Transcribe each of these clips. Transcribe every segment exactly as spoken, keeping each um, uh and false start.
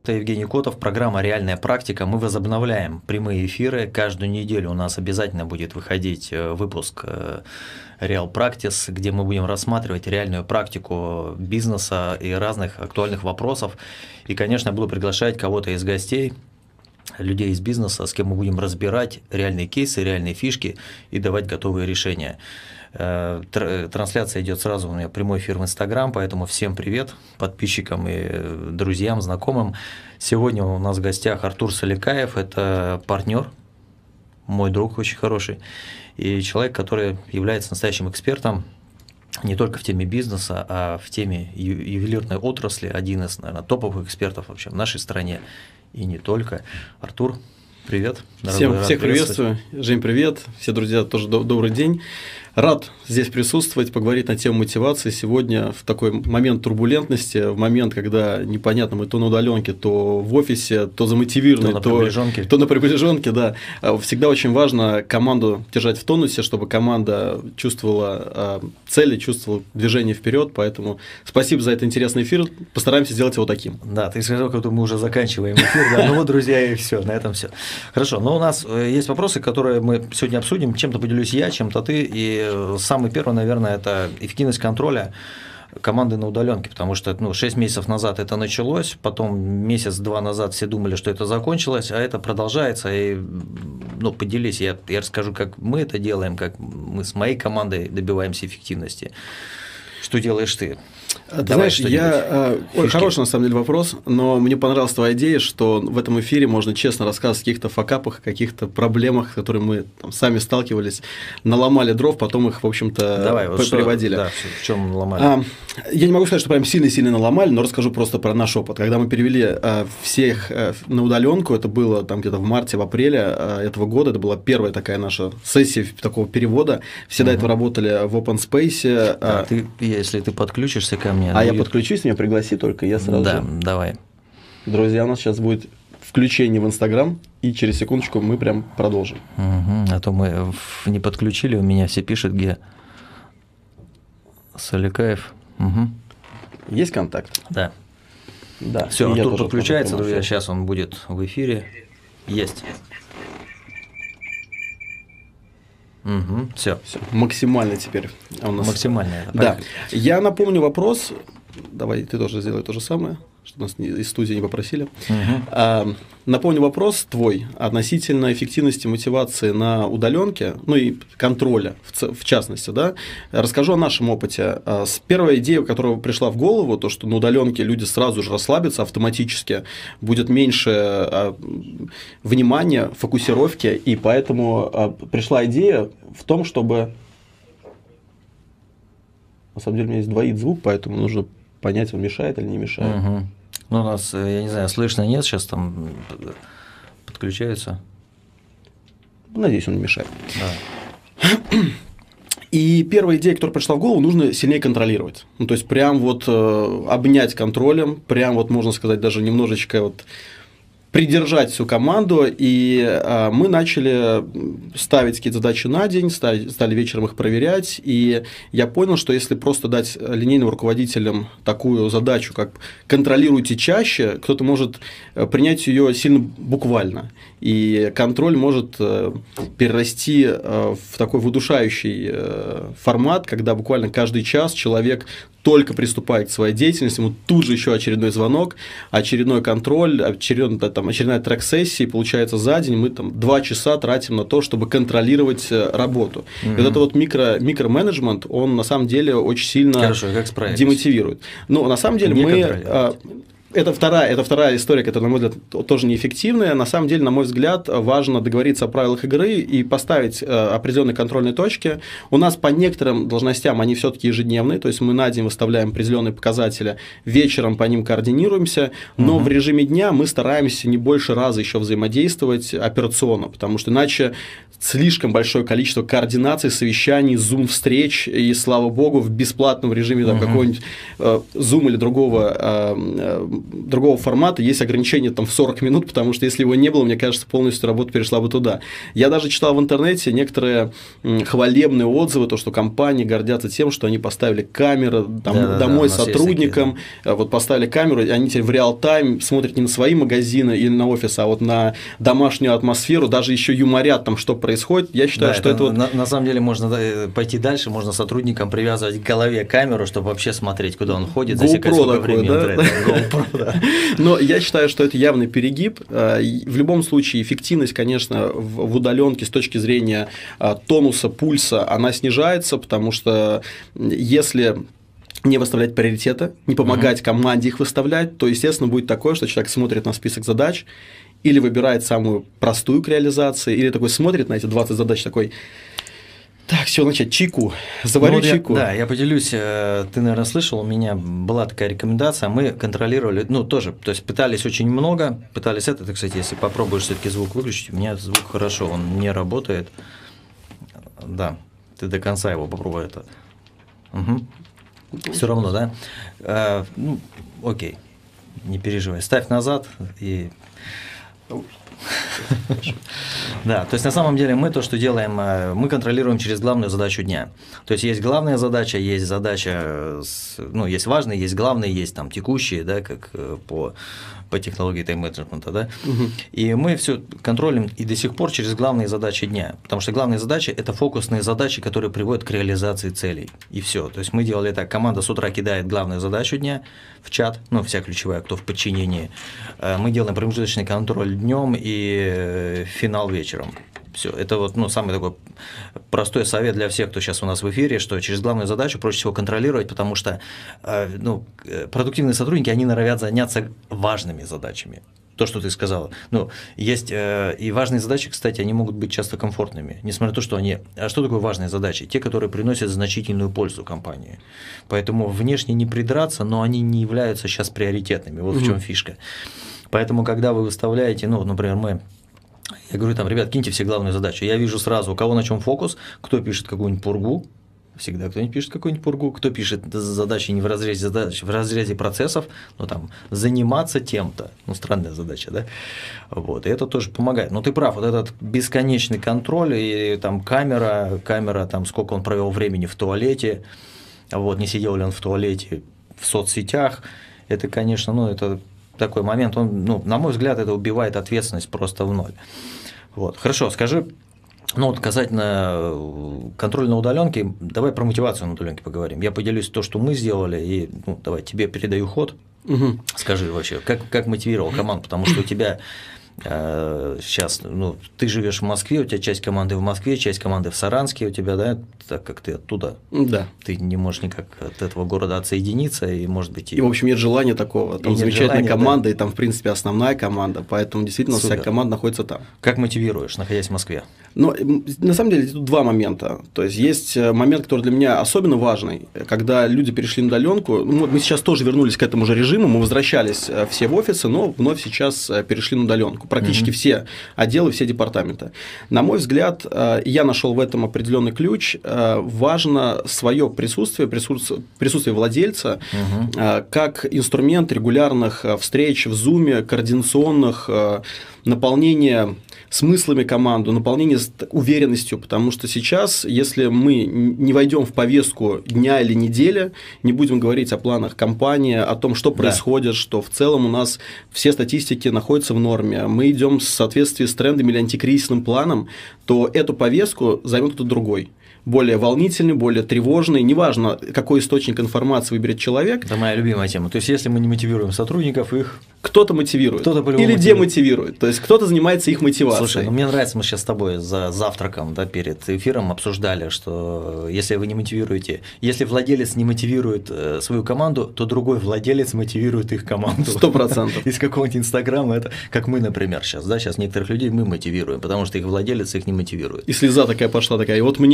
Это Евгений Котов, программа «Реальная практика». Мы возобновляем прямые эфиры. Каждую неделю у нас обязательно будет выходить выпуск Real Practice, где мы будем рассматривать реальную практику бизнеса и разных актуальных вопросов. И, конечно, я буду приглашать кого-то из гостей, людей из бизнеса, с кем мы будем разбирать реальные кейсы, реальные фишки и давать готовые решения. Трансляция идет сразу, у меня прямой эфир в Инстаграм, поэтому всем привет подписчикам и друзьям, знакомым. Сегодня у нас в гостях Артур Саликаев, это партнер, мой друг очень хороший, и человек, который является настоящим экспертом не только в теме бизнеса, а в теме ювелирной отрасли, один из, наверное, топовых экспертов вообще в нашей стране и не только. Артур, привет. Всем, всех приветствую. Жень, привет. Все друзья, тоже добрый день. Рад здесь присутствовать, поговорить на тему мотивации. Сегодня в такой момент турбулентности, в момент, когда непонятно, мы то на удаленке, то в офисе, то замотивированы, то, то, то на приближенке, да. Всегда очень важно команду держать в тонусе, чтобы команда чувствовала цели, чувствовала движение вперед. Поэтому спасибо за этот интересный эфир. Постараемся сделать его таким. Да, ты сказал, как мы уже заканчиваем эфир. Да, ну вот, друзья, и все, на этом все. Хорошо, но у нас есть вопросы, которые мы сегодня обсудим. Чем-то поделюсь я, чем-то ты. И самый первый, наверное, это эффективность контроля команды на удаленке, потому что ну, шесть месяцев назад это началось, потом месяц-два назад все думали, что это закончилось, а это продолжается. И ну, поделись, я, я расскажу, как мы это делаем, как мы с моей командой добиваемся эффективности. Что делаешь ты? Ты Давай, знаешь, я… Ой, хороший на самом деле вопрос, но мне понравилась твоя идея, что в этом эфире можно честно рассказывать о каких-то факапах, каких-то проблемах, с которыми мы там, сами сталкивались, наломали дров, потом их, в общем-то, Давай, вот приводили. Что, да, в чем наломали? А, я не могу сказать, что прям сильно-сильно наломали, но расскажу просто про наш опыт. Когда мы перевели а, всех а, на удаленку, это было там где-то в марте, в апреле а, этого года, это была первая такая наша сессия такого перевода. Все до этого работали в open space. Да, а, ты, если ты подключишься ко мне. А я подключусь, меня пригласи только, я сразу. Да, давай. Друзья, у нас сейчас будет включение в Инстаграм, и через секундочку мы прям продолжим. Угу, а то мы не подключили, у меня все пишут, где Саликаев. Угу. Есть контакт? Да. Да. Все, Артур подключается, друзья, сейчас он будет в эфире. Есть. Угу, все. все. Максимально теперь. У нас... Максимально. Да. Я напомню вопрос. Давай, ты тоже сделай то же самое, чтобы нас из студии не попросили. Угу. А, напомню вопрос твой относительно эффективности мотивации на удаленке, ну и контроля в, в частности. Да? Расскажу о нашем опыте. С первой идеей, которая пришла в голову, то, что на удаленке люди сразу же расслабятся автоматически, будет меньше а, внимания, фокусировки, и поэтому а, пришла идея в том, чтобы… На самом деле у меня есть двоит звук, поэтому нужно понять, он мешает или не мешает. Угу. Ну, у нас, я не знаю, слышно, нет, сейчас там подключаются. Надеюсь, он не мешает. Да. И первая идея, которая пришла в голову, нужно сильнее контролировать. Ну, то есть, прям вот э, обнять контролем, прям вот, можно сказать, даже немножечко вот придержать всю команду, и а, мы начали ставить какие-то задачи на день, стали, стали вечером их проверять, и я понял, что если просто дать линейным руководителям такую задачу, как контролируйте чаще, кто-то может принять ее сильно буквально, и контроль может перерасти в такой выдушающий формат, когда буквально каждый час человек только приступает к своей деятельности, ему тут же еще очередной звонок, очередной контроль, очередной, там, очередная трек-сессия, и получается за день мы там два часа тратим на то, чтобы контролировать работу. Mm-hmm. И вот это вот микро, микроменеджмент, он на самом деле очень сильно Хорошо, как демотивирует. Но на самом деле Не мы… Это вторая, это вторая история, которая, на мой взгляд, тоже неэффективная. На самом деле, на мой взгляд, важно договориться о правилах игры и поставить определенные контрольные точки. У нас по некоторым должностям они все-таки ежедневные, то есть мы на день выставляем определенные показатели, вечером по ним координируемся, но угу. в режиме дня мы стараемся не больше раза еще взаимодействовать операционно, потому что иначе слишком большое количество координаций, совещаний, зум-встреч, и, слава богу, в бесплатном режиме там, угу. какого-нибудь э, Zoom или другого э, другого формата, есть ограничение там в сорок минут, потому что если его не было, мне кажется, полностью работа перешла бы туда. Я даже читал в интернете некоторые хвалебные отзывы, то, что компании гордятся тем, что они поставили камеры там, да, домой да, сотрудникам, такие, вот поставили камеру, и они теперь в реал-тайм смотрят не на свои магазины или на офис, а вот на домашнюю атмосферу, даже еще юморят там, что происходит. Я считаю, да, что это, это вот… на, на самом деле можно пойти дальше, можно сотрудникам привязывать к голове камеру, чтобы вообще смотреть, куда он ходит, засекать, сколько времени он тратит. Но я считаю, что это явный перегиб. В любом случае, эффективность, конечно, в удаленке с точки зрения тонуса, пульса, она снижается, потому что если не выставлять приоритеты, не помогать команде их выставлять, то, естественно, будет такое, что человек смотрит на список задач, или выбирает самую простую к реализации, или такой смотрит на эти двадцать задач, такой… Так, все, начать чайку, заварю ну, вот чайку. Я, да, я поделюсь, ты, наверное, слышал, у меня была такая рекомендация, мы контролировали, ну, тоже, то есть пытались очень много, пытались это, ты, кстати, если попробуешь все-таки звук выключить, у меня звук хорошо, он не работает, да, ты до конца его попробуй это. Угу. Все равно, да? А, ну, окей, не переживай, ставь назад и… Да, то есть на самом деле мы то, что делаем, мы контролируем через главную задачу дня. То есть есть главная задача, есть задача, ну, есть важные, есть главные, есть там текущие, да, как по, по технологии тайм-менеджмента, да. Угу. И мы все контролируем и до сих пор через главные задачи дня, потому что главные задачи – это фокусные задачи, которые приводят к реализации целей, и все. То есть мы делали так, команда с утра кидает главную задачу дня в чат, ну, вся ключевая, кто в подчинении, мы делаем промежуточный контроль днем и финал вечером. Все, это вот, ну, самый такой простой совет для всех, кто сейчас у нас в эфире, что через главную задачу проще всего контролировать, потому что ну, продуктивные сотрудники, они норовят заняться важными задачами. То, что ты сказала. Ну, есть э, и важные задачи, кстати, они могут быть часто комфортными, несмотря на то, что они… А что такое важные задачи? Те, которые приносят значительную пользу компании. Поэтому внешне не придраться, но они не являются сейчас приоритетными. Вот mm-hmm. в чем фишка. Поэтому, когда вы выставляете, ну, например, мы… Я говорю, там, ребят, киньте все главные задачи. Я вижу сразу, у кого на чем фокус, кто пишет какую-нибудь пургу. Всегда кто-нибудь пишет какую-нибудь пургу, кто пишет задачи не в разрезе задач, в разрезе процессов, но там заниматься тем-то, ну странная задача, да, вот, и это тоже помогает. Но ты прав, вот этот бесконечный контроль и там камера, камера там сколько он провел времени в туалете, вот, не сидел ли он в туалете, в соцсетях, это, конечно, ну это такой момент, он, ну, на мой взгляд, это убивает ответственность просто в ноль. Вот, хорошо, скажи. Ну, вот касательно контроля на удаленке, давай про мотивацию на удаленке поговорим. Я поделюсь то, что мы сделали, и ну, давай тебе передаю ход. Угу. Скажи вообще, как, как мотивировал команду, потому что у тебя э, сейчас, ну, ты живешь в Москве, у тебя часть команды в Москве, часть команды в Саранске, у тебя, да, так как ты оттуда, да. Ты не можешь никак от этого города отсоединиться, и, может быть… И, и в общем, нет желания такого, там замечательная желания, команда, да. И там, в принципе, основная команда, поэтому действительно Супер. Вся команда находится там. Как мотивируешь, находясь в Москве? Ну, на самом деле, тут два момента. То есть, есть момент, который для меня особенно важный, когда люди перешли на удаленку. Ну, мы сейчас тоже вернулись к этому же режиму, мы возвращались все в офисы, но вновь сейчас перешли на удаленку. Практически mm-hmm. все отделы, все департаменты. На мой взгляд, я нашел в этом определенный ключ. Важно свое присутствие, присутствие, присутствие владельца mm-hmm. как инструмент регулярных встреч в Zoom, координационных, наполнения смыслами команду, наполнение уверенностью, потому что сейчас, если мы не войдем в повестку дня или недели, не будем говорить о планах компании, о том, что происходит, да. Что в целом у нас все статистики находятся в норме, мы идем в соответствии с трендами или антикризисным планом, то эту повестку займет кто-то другой. Более волнительный, более тревожный, неважно, какой источник информации выберет человек. Это моя любимая тема. То есть, если мы не мотивируем сотрудников, их… Кто-то мотивирует, кто-то или мотивирует. Демотивирует, то есть, кто-то занимается их мотивацией. Слушай, ну мне нравится, мы сейчас с тобой за завтраком, да, перед эфиром обсуждали, что если вы не мотивируете, если владелец не мотивирует свою команду, то другой владелец мотивирует их команду. Сто процентов. Из какого-нибудь Инстаграма, это как мы, например, сейчас, да, сейчас некоторых людей мы мотивируем, потому что их владелец их не мотивирует. И слеза такая пошла, такая, и вот мне бы руководитель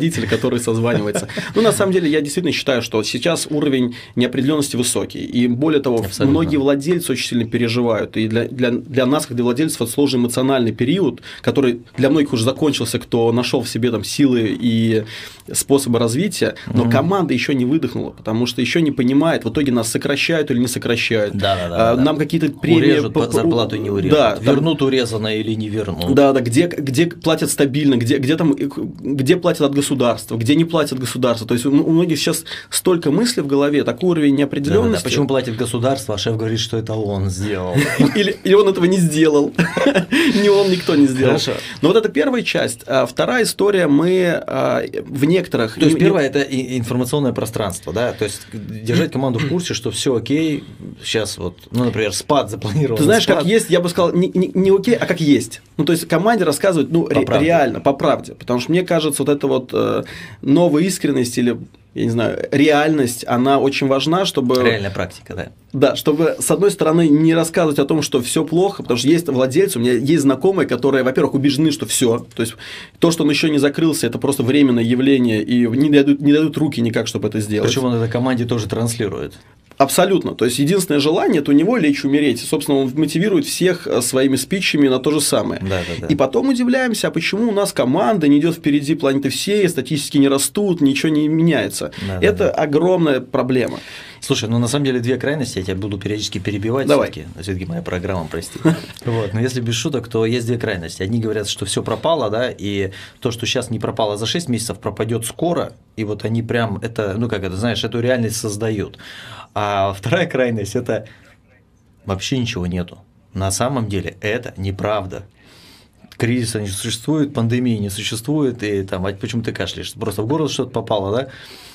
руководителя, который созванивается. Ну, на самом деле, я действительно считаю, что сейчас уровень неопределенности высокий. И более того, абсолютно. Многие владельцы очень сильно переживают. И для, для, для нас, как для владельцев, это сложный эмоциональный период, который для многих уже закончился, кто нашел в себе там силы и способы развития, но mm-hmm. команда еще не выдохнула, потому что еще не понимает, в итоге нас сокращают или не сокращают. Да, да, да, а, да. Нам какие-то премии... Урежут, по, зарплату не урежут. Да, вернут там... урезанное или не вернут. Да, да, где, где платят стабильно, где, где, там, где платят от государства, где не платят государства. То есть у многих сейчас столько мыслей в голове, такой уровень неопределенности. Да, да, да. Почему платит государство, а шеф говорит, что это он сделал. Или, или он этого не сделал. Не он, никто не сделал. Хорошо. Но вот это первая часть. А вторая история, мы в некоторых... То есть первое – это информационное пространство, да? То есть держать команду в курсе, что все окей, сейчас вот, ну, например, спад запланирован. Ты знаешь, спад. как есть, я бы сказал, не, не, не окей, а как есть. Ну, то есть команде рассказывать, ну, ре- реально, по правде. Потому что мне кажется, вот эта вот э, новая искренность или, я не знаю, реальность, она очень важна, чтобы… Реальная практика, да. Да, чтобы, с одной стороны, не рассказывать о том, что все плохо, потому что есть владельцы, у меня есть знакомые, которые, во-первых, убеждены, что все. То есть то, что он еще не закрылся, это просто временное явление, и не дадут, не дадут руки никак, чтобы это сделать. Причем он это команде тоже транслирует. Абсолютно. То есть единственное желание – это у него лечь умереть. И, собственно, он мотивирует всех своими спичами на то же самое. Да, да, да. И потом удивляемся, а почему у нас команда не идет впереди планеты всей, статистики не растут, ничего не меняется. Да, это да, да. огромная проблема. Слушай, ну на самом деле две крайности, я тебя буду периодически перебивать. Давай. Все-таки, все-таки моя программа, прости. Вот, но если без шуток, то есть две крайности. Одни говорят, что все пропало, да, и то, что сейчас не пропало за шесть месяцев, пропадет скоро, и вот они прям это, ну как это, знаешь, эту реальность создают. А вторая крайность – это вообще ничего нету. На самом деле это неправда. Кризиса не существует, пандемии не существует, и там, а почему ты кашляешь? Просто в горло что-то попало, да?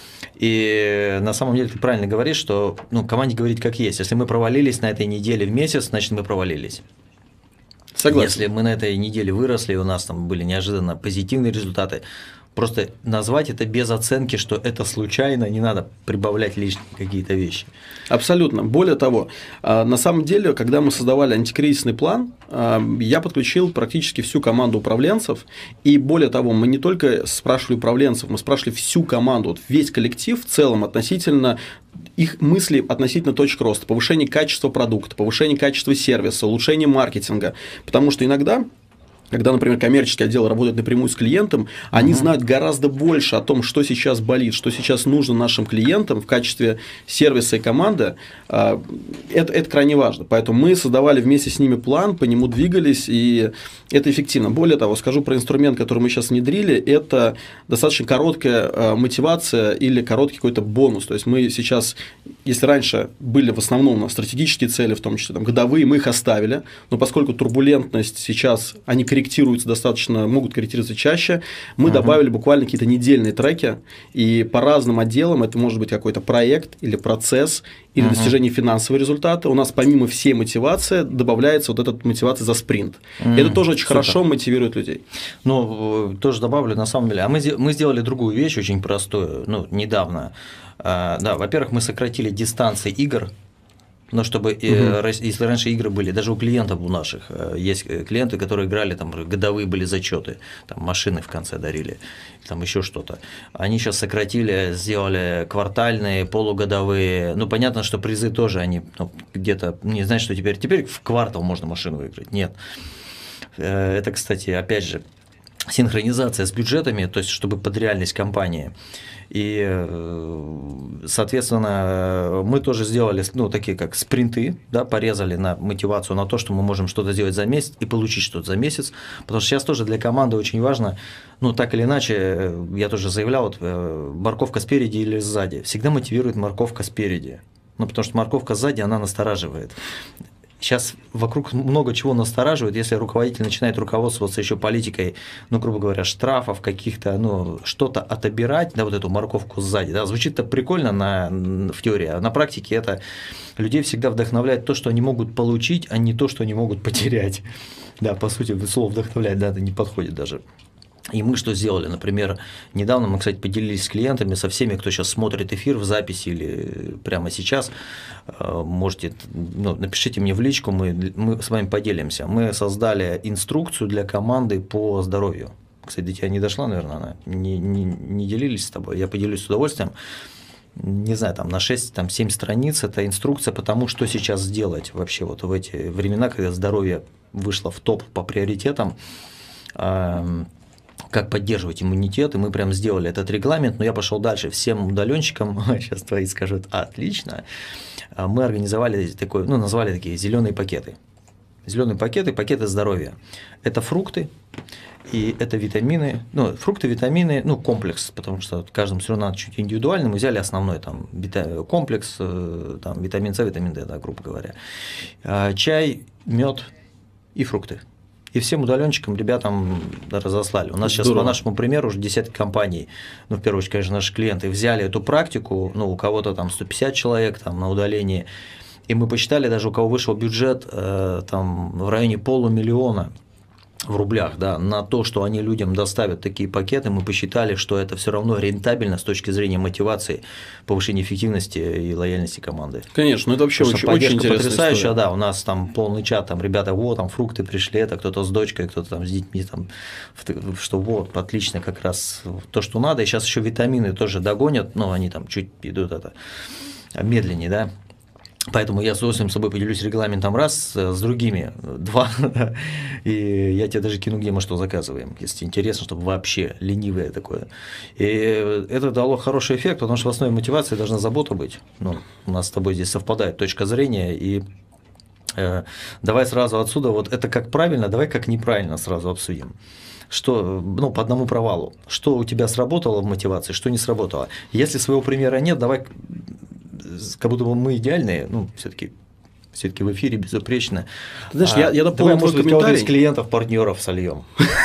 И на самом деле ты правильно говоришь, что ну, команде говорить как есть. Если мы провалились на этой неделе в месяц, значит мы провалились. Согласен. Если мы на этой неделе выросли, и у нас там были неожиданно позитивные результаты, просто назвать это без оценки, что это случайно, не надо прибавлять лишние какие-то вещи. Абсолютно. Более того, на самом деле, когда мы создавали антикризисный план, я подключил практически всю команду управленцев, и более того, мы не только спрашивали управленцев, мы спрашивали всю команду, вот весь коллектив в целом относительно их мысли относительно точек роста, повышение качества продукта, повышение качества сервиса, улучшение маркетинга, потому что иногда… Когда, например, коммерческий отдел работает напрямую с клиентом, они uh-huh. знают гораздо больше о том, что сейчас болит, что сейчас нужно нашим клиентам в качестве сервиса и команды. Это, это крайне важно. Поэтому мы создавали вместе с ними план, по нему двигались, и это эффективно. Более того, скажу про инструмент, который мы сейчас внедрили, это достаточно короткая мотивация или короткий какой-то бонус. То есть мы сейчас, если раньше были в основном у нас стратегические цели, в том числе там, годовые, мы их оставили, но поскольку турбулентность сейчас, они корректируются достаточно, могут корректироваться чаще. Мы uh-huh. добавили буквально какие-то недельные треки, и по разным отделам это может быть какой-то проект или процесс, или uh-huh. достижение финансового результата. У нас помимо всей мотивации добавляется вот эта мотивация за спринт. Uh-huh. Это тоже очень Супер. Хорошо мотивирует людей. Ну, тоже добавлю, на самом деле. А мы, мы сделали другую вещь, очень простую, ну, недавно. А, да, во-первых, мы сократили дистанции игр. Но чтобы, угу. если раньше игры были, даже у клиентов у наших, есть клиенты, которые играли, там годовые были зачеты, там машины в конце дарили, там еще что-то. Они сейчас сократили, сделали квартальные, полугодовые. Ну, понятно, что призы тоже они ну, где-то, не знают, что теперь, теперь в квартал можно машину выиграть. Нет. Это, кстати, опять же, синхронизация с бюджетами, то есть чтобы под реальность компании. И, соответственно, мы тоже сделали ну, такие как спринты, да, порезали на мотивацию на то, что мы можем что-то сделать за месяц и получить что-то за месяц, потому что сейчас тоже для команды очень важно, ну так или иначе, я тоже заявлял, вот, морковка спереди или сзади, всегда мотивирует морковка спереди, ну потому что морковка сзади, она настораживает. Сейчас вокруг много чего настораживает, если руководитель начинает руководствоваться еще политикой, ну, грубо говоря, штрафов каких-то, ну, что-то отобирать, да, вот эту морковку сзади, да, звучит-то прикольно на, в теории, а на практике это людей всегда вдохновляет то, что они могут получить, а не то, что они могут потерять. Да, по сути, слово вдохновлять, да, это не подходит даже. И мы что сделали? Например, недавно мы, кстати, поделились с клиентами, со всеми, кто сейчас смотрит эфир в записи или прямо сейчас, можете, ну, напишите мне в личку, мы, мы с вами поделимся. Мы создали инструкцию для команды по здоровью. кстати, до тебя не дошла, наверное, она, не, не, не делились с тобой, я поделюсь с удовольствием. Не знаю, там на шесть-семь страниц это инструкция по тому, что сейчас сделать вообще вот в эти времена, когда здоровье вышло в топ по приоритетам, э, как поддерживать иммунитет, и мы прям сделали этот регламент, но я пошел дальше, всем удаленщикам, сейчас твои скажут, отлично, мы организовали такой, ну, назвали такие зеленые пакеты. Зеленые пакеты, пакеты здоровья. Это фрукты, и это витамины, ну, фрукты, витамины, ну, комплекс, потому что каждому все равно надо чуть индивидуально, мы взяли основной там комплекс, там, витамин С, витамин Д, да, грубо говоря. Чай, мед и фрукты. И всем удаленщикам, ребятам разослали. У нас сейчас, по нашему примеру, уже десятки компаний, ну, в первую очередь, конечно, наши клиенты, взяли эту практику, ну, у кого-то там сто пятьдесят человек там, на удалении, и мы посчитали, даже у кого вышел бюджет э, там, в районе полумиллиона в рублях, да, на то, что они людям доставят такие пакеты, мы посчитали, что это все равно рентабельно с точки зрения мотивации, повышения эффективности и лояльности команды. Конечно, это вообще очень, очень интересная потрясающая, история. Да, у нас там полный чат, там ребята, вот, там фрукты пришли, это кто-то с дочкой, кто-то там с детьми, там, что вот, отлично, как раз то, что надо, и сейчас еще витамины тоже догонят, но они там чуть идут это медленнее, да. Поэтому я с удовольствием с собой поделюсь регламентом раз, с другими два, и я тебе даже кину, где мы что заказываем, если интересно, чтобы вообще ленивое такое. И это дало хороший эффект, потому что в основе мотивации должна забота быть. Ну, у нас с тобой здесь совпадает точка зрения, и э, давай сразу отсюда, вот это как правильно, давай как неправильно сразу обсудим. Что, ну, по одному провалу, что у тебя сработало в мотивации, что не сработало. Если своего примера нет, давай, как будто бы мы идеальные, ну, все-таки все-таки в эфире безупречно. Ты знаешь, а, я, я дополню твой комментарий. Кого-то из клиентов, партнеров сольем.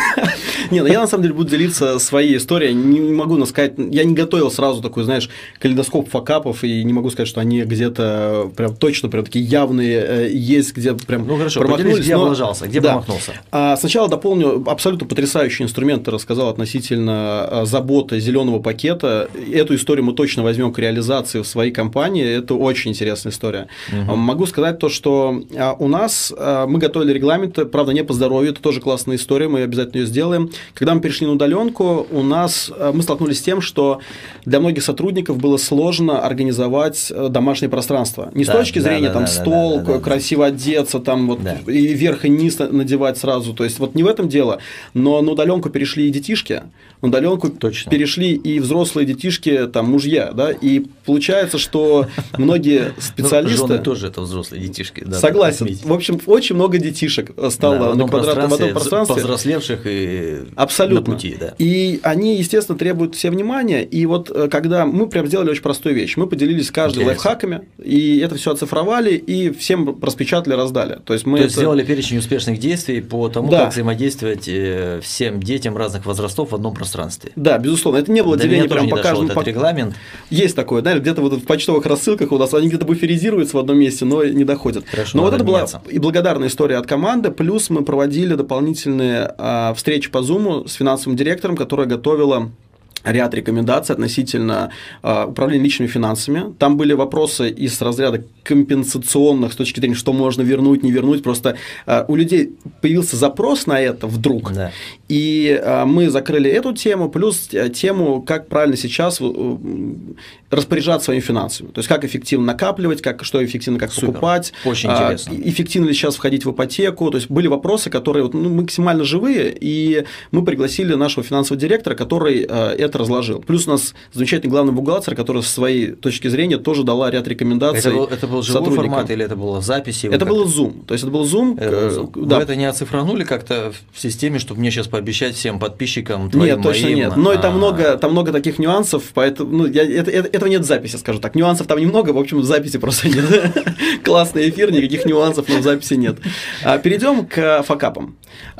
Нет, я на самом деле буду делиться своей историей. Не могу сказать, я не готовил сразу такой, знаешь, калейдоскоп факапов, и не могу сказать, что они где-то прям точно прям такие явные есть, где прям ну хорошо, поделись, где облажался, где промахнулся. А сначала дополню, абсолютно потрясающий инструмент ты рассказал относительно заботы зеленого пакета. Эту историю мы точно возьмем к реализации в своей компании. Это очень интересная история. Угу. Могу сказать то, что у нас мы готовили регламенты, правда, не по здоровью, это тоже классная история, мы обязательно ее сделаем. Когда мы перешли на удаленку, у нас мы столкнулись с тем, что для многих сотрудников было сложно организовать домашнее пространство. Не да, с точки да, зрения да, там да, стол, да, да, красиво да. одеться, там вот да. и верх и низ надевать сразу. То есть вот не в этом дело, но на удаленку перешли и детишки, на удаленку Точно. перешли и взрослые детишки, там мужья, да, и получается, что многие специалисты. Жены тоже это взрослые детишки. Согласен. В общем, очень много детишек стало на квадратном в одном пространстве. Повзрослевших и Абсолютно. на пути, да. И они, естественно, требуют все внимания. И вот когда мы прям сделали очень простую вещь, мы поделились с каждым лайфхаками, и это все оцифровали, и всем распечатали, раздали. То есть мы То это... есть сделали перечень успешных действий по тому, да. как взаимодействовать всем детям разных возрастов в одном пространстве. Да, безусловно. Это не было До деление прям не по каждому. Этот регламент. Есть такое, да, где-то вот в почтовых рассылках у нас они где-то буферизируются в одном месте, но не доходят. Хорошо, но вот это меняться. была и благодарная история от команды, плюс мы проводили дополнительные а, встречи по Zoom с финансовым директором, которая готовила ряд рекомендаций относительно э, управления личными финансами. Там были вопросы из разряда компенсационных с точки зрения, что можно вернуть, не вернуть. Просто э, у людей появился запрос на это вдруг, да. и э, мы закрыли эту тему, плюс тему, как правильно сейчас э, распоряжаться своими финансами. То есть, как эффективно накапливать, как, что эффективно, как Супер. покупать. Очень интересно. Э, эффективно ли сейчас входить в ипотеку. То есть, были вопросы, которые ну, максимально живые, и мы пригласили нашего финансового директора, который э, это разложил. Плюс у нас замечательный главный бухгалтер, который с своей точки зрения тоже дала ряд рекомендаций. Это был, это был живой формат или это было в записи? Это было Zoom. То есть, это был Zoom. Это был Zoom. Да. Вы это не оцифранули как-то в системе, чтобы мне сейчас пообещать всем подписчикам твоим, Нет, точно моим? нет. Но там много, там много таких нюансов, поэтому ну, я, это, это, этого нет в записи, скажу так. Нюансов там немного, в общем, в записи просто нет. Классный эфир, никаких нюансов, но в записи нет. Перейдем к факапам.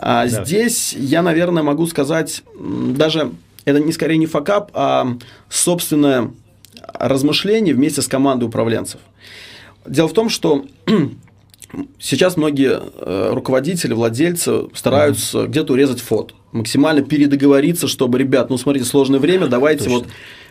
Здесь я, наверное, могу сказать даже... Это не скорее не факап, а собственное размышление вместе с командой управленцев. Дело в том, что сейчас многие руководители, владельцы стараются mm-hmm. где-то урезать фот, максимально передоговориться, чтобы, ребят, ну смотрите, сложное время, давайте Точно. вот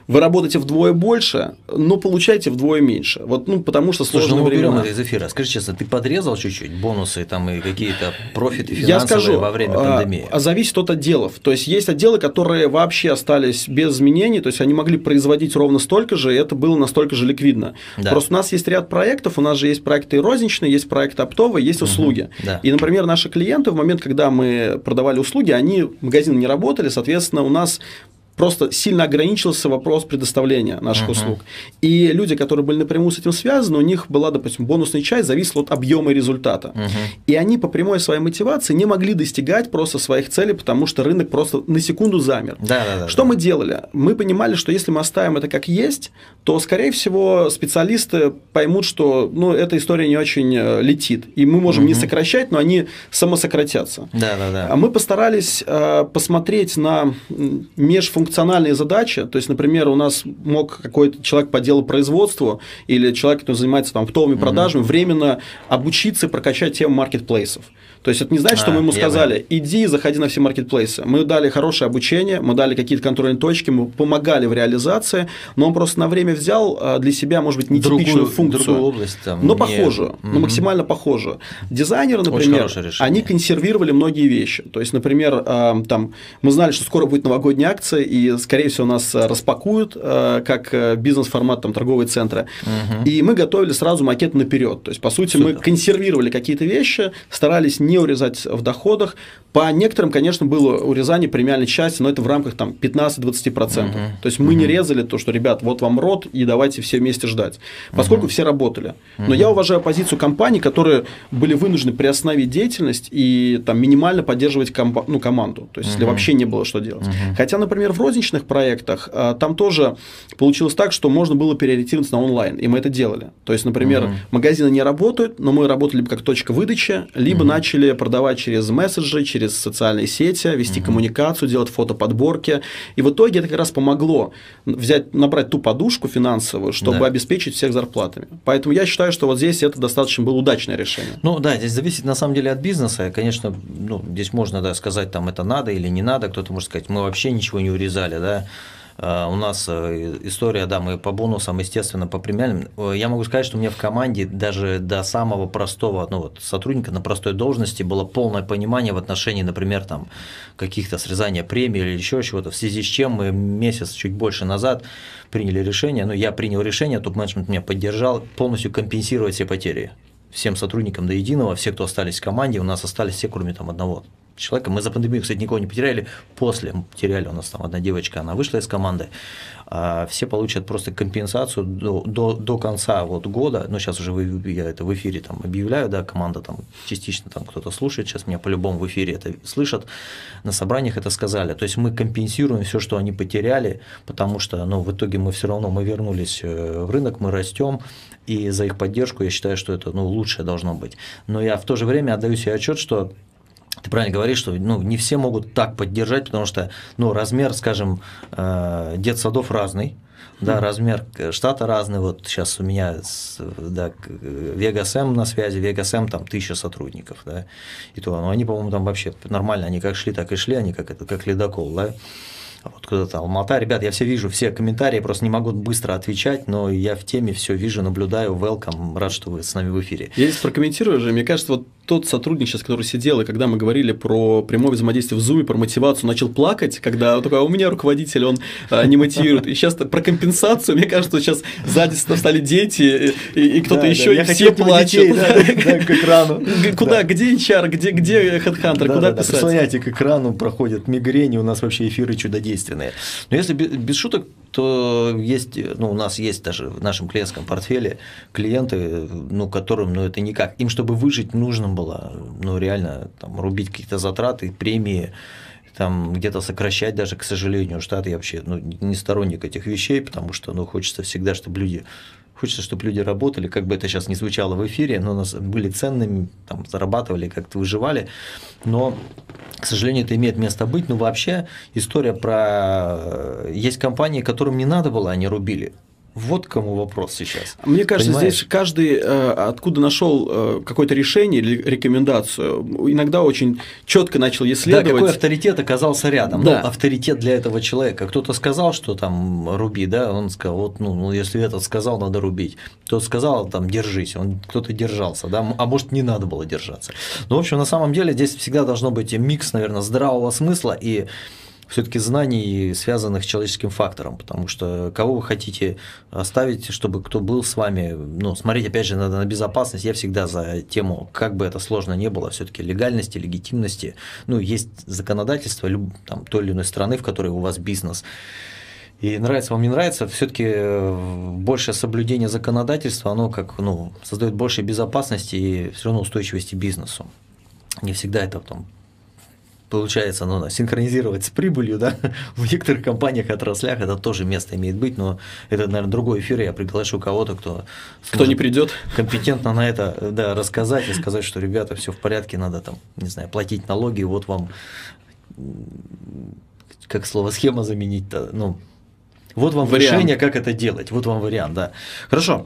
вы работаете вдвое больше, но получаете вдвое меньше. Вот, ну, потому что сложно. Слушай, ну мы берем это из эфира. Скажи честно, ты подрезал чуть-чуть бонусы там и какие-то профиты финансовые Я скажу, во время пандемии? А, зависит от отделов. То есть есть отделы, которые вообще остались без изменений, то есть они могли производить ровно столько же, и это было настолько же ликвидно. Да. Просто у нас есть ряд проектов, у нас же есть проекты розничные, есть проекты оптовые, есть услуги. Угу, да. И, например, наши клиенты в момент, когда мы продавали услуги, они, магазины не работали, соответственно, у нас просто сильно ограничился вопрос предоставления наших uh-huh. услуг. И люди, которые были напрямую с этим связаны, у них была, допустим, бонусная часть, зависела от объема и результата. Uh-huh. И они по прямой своей мотивации не могли достигать просто своих целей, потому что рынок просто на секунду замер. Да, да, да, что да. мы делали? Мы понимали, что если мы оставим это как есть, то, скорее всего, специалисты поймут, что ну, эта история не очень летит. И мы можем uh-huh. не сокращать, но они самосократятся. Да, да, да. А мы постарались э, посмотреть на межфункциональные функциональные задачи, то есть, например, у нас мог какой-то человек по делу производству или человек, который занимается там оптовыми mm-hmm. продажами, временно обучиться и прокачать тему маркетплейсов. То есть, это не значит, а, что мы ему сказали, иди, заходи на все маркетплейсы. Мы дали хорошее обучение, мы дали какие-то контрольные точки, мы помогали в реализации, но он просто на время взял для себя, может быть, нетипичную другую, функцию, другую область, там, но не... похожую, mm-hmm. но максимально похожую. Дизайнеры, например, они консервировали многие вещи. То есть, например, там, мы знали, что скоро будет новогодняя акция, и, скорее всего, нас распакуют как бизнес-формат там, торговые центры. Mm-hmm. И мы готовили сразу макет наперед. То есть, по сути, Супер. мы консервировали какие-то вещи, старались не урезать в доходах. По некоторым, конечно, было урезание премиальной части, но это в рамках там, пятнадцать-двадцать процентов. Uh-huh. То есть мы uh-huh. не резали то, что, ребят, вот вам рот, и давайте все вместе ждать. Поскольку uh-huh. все работали. Uh-huh. Но я уважаю позицию компаний, которые были вынуждены приостановить деятельность и там, минимально поддерживать комп- ну, команду. То есть, uh-huh. если вообще не было что делать. Uh-huh. Хотя, например, в розничных проектах а, там тоже получилось так, что можно было переориентироваться на онлайн, и мы это делали. То есть, например, uh-huh. магазины не работают, но мы работали либо как точка выдачи, либо uh-huh. начали продавать через месседжи, через через социальные сети, вести uh-huh. коммуникацию, делать фотоподборки. И в итоге это как раз помогло взять, набрать ту подушку финансовую, чтобы да. обеспечить всех зарплатами. Поэтому я считаю, что вот здесь это достаточно было удачное решение. Ну да, здесь зависит на самом деле от бизнеса. Конечно, ну, здесь можно да, сказать, там это надо или не надо. Кто-то может сказать, мы вообще ничего не урезали, да. У нас история, да, мы по бонусам, естественно, по премиальным. Я могу сказать, что у меня в команде даже до самого простого ну, вот, сотрудника на простой должности было полное понимание в отношении, например, там, каких-то срезания премий или еще чего-то, в связи с чем мы месяц чуть больше назад приняли решение, ну, я принял решение, топ-менеджмент меня поддержал, полностью компенсировать все потери. Всем сотрудникам до единого, все, кто остались в команде, у нас остались все, кроме там одного человека. Мы за пандемию, кстати, никого не потеряли, после мы потеряли, у нас там одна девочка, она вышла из команды, а все получат просто компенсацию до, до, до конца вот года, ну, сейчас уже вы, я это в эфире там объявляю, да, команда там частично там кто-то слушает, сейчас меня по-любому в эфире это слышат, на собраниях это сказали, то есть мы компенсируем все, что они потеряли, потому что, ну, в итоге мы все равно, мы вернулись в рынок, мы растем, и за их поддержку я считаю, что это, ну, лучшее должно быть, но я в то же время отдаю себе отчет, что ты правильно говоришь, что ну, не все могут так поддержать, потому что ну, размер, скажем, детсадов разный, да, mm-hmm. размер штата разный. Вот сейчас у меня да, Vegas-M на связи, Vegas-M там тысяча сотрудников, да, и то, ну, они, по-моему, там вообще нормально, они как шли, так и шли, они как, это, как ледокол, да. Вот куда-то Алмата, ребят, я все вижу, все комментарии, просто не могу быстро отвечать, но я в теме все вижу, наблюдаю, welcome, рад, что вы с нами в эфире. Я здесь прокомментирую же, мне кажется, вот тот сотрудник сейчас, который сидел, и когда мы говорили про прямое взаимодействие в Zoom, про мотивацию, начал плакать, когда он такой, а у меня руководитель, он а, не мотивирует, и сейчас про компенсацию, мне кажется, сейчас сзади стали дети, и, и кто-то да, еще, да, и все плачут. Да, да, к экрану. Куда, где эйч ар, где, где HeadHunter, да, куда да, писать? Представляете, к экрану проходят мигрени, у нас вообще эфиры чудодейственные. Но если без шуток, то есть, ну, у нас есть даже в нашем клиентском портфеле клиенты, ну, которым, ну, это никак, им, чтобы выжить, нужно было, ну, реально, там, рубить какие-то затраты, премии, там, где-то сокращать даже, к сожалению, штат, я вообще, ну, не сторонник этих вещей, потому что, ну, хочется всегда, чтобы люди... Хочется, чтобы люди работали, как бы это сейчас не звучало в эфире, но у нас были ценными, там, зарабатывали, как-то выживали, но, к сожалению, это имеет место быть. Но вообще история про… Есть компании, которым не надо было, они рубили. Вот кому вопрос сейчас. Мне кажется, Понимаешь? здесь каждый э, откуда нашел э, какое-то решение или рекомендацию, иногда очень четко начал исследовать. Да, какой авторитет оказался рядом. Да. Ну, авторитет для этого человека. Кто-то сказал, что там руби, да, он сказал, вот, ну, ну, если этот сказал, надо рубить. Кто-то сказал, там, держись, он кто-то держался, да, а может, не надо было держаться. Ну, в общем, на самом деле здесь всегда должно быть микс, наверное, здравого смысла и все-таки знаний, связанных с человеческим фактором, потому что кого вы хотите оставить, чтобы кто был с вами, ну, смотреть, опять же, надо на безопасность, я всегда за тему, как бы это сложно не было, все-таки легальности, легитимности, ну, есть законодательство люб, там, той или иной страны, в которой у вас бизнес, и нравится вам, не нравится, все-таки большее соблюдение законодательства, оно как, ну, создает больше безопасности и все равно устойчивости бизнесу. Не всегда это там получается, ну, синхронизировать с прибылью, да, в некоторых компаниях, отраслях это тоже место имеет быть, но это, наверное, другой эфир, я приглашу кого-то, кто, кто не придет, компетентно на это, да, рассказать и сказать, что, ребята, все в порядке, надо там, не знаю, платить налоги, вот вам, как слово схема заменить-то, ну, вот вам вариант. Решение, как это делать, вот вам вариант, да. Хорошо.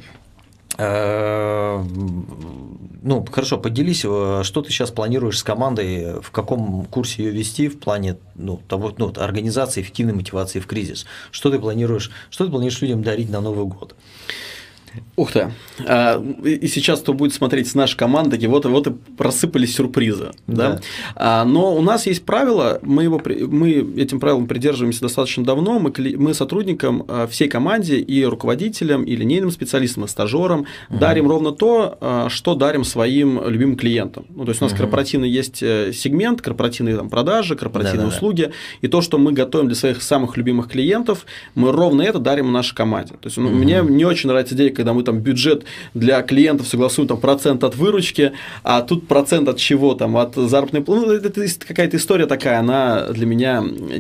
Ну, хорошо, поделись, что ты сейчас планируешь с командой, в каком курсе ее вести в плане, ну, того, ну, организации эффективной мотивации в кризис. Что ты планируешь, что ты планируешь людям дарить на Новый год? Ух ты. И сейчас кто будет смотреть с нашей командой, вот, вот и просыпались сюрпризы. Да. Да? Но у нас есть правило, мы, его, мы этим правилам придерживаемся достаточно давно, мы, мы сотрудникам, всей команде и руководителям, и линейным специалистам, и стажерам угу. дарим ровно то, что дарим своим любимым клиентам. Ну, то есть у нас угу. корпоративный есть сегмент, корпоративные там, продажи, корпоративные да, услуги, да, да. и то, что мы готовим для своих самых любимых клиентов, мы ровно это дарим нашей команде. То есть ну, угу. мне не очень нравится идея, когда мы там бюджет для клиентов согласуем там процент от выручки, а тут процент от чего там, от заработной платы. Ну, это какая-то история такая, она для меня,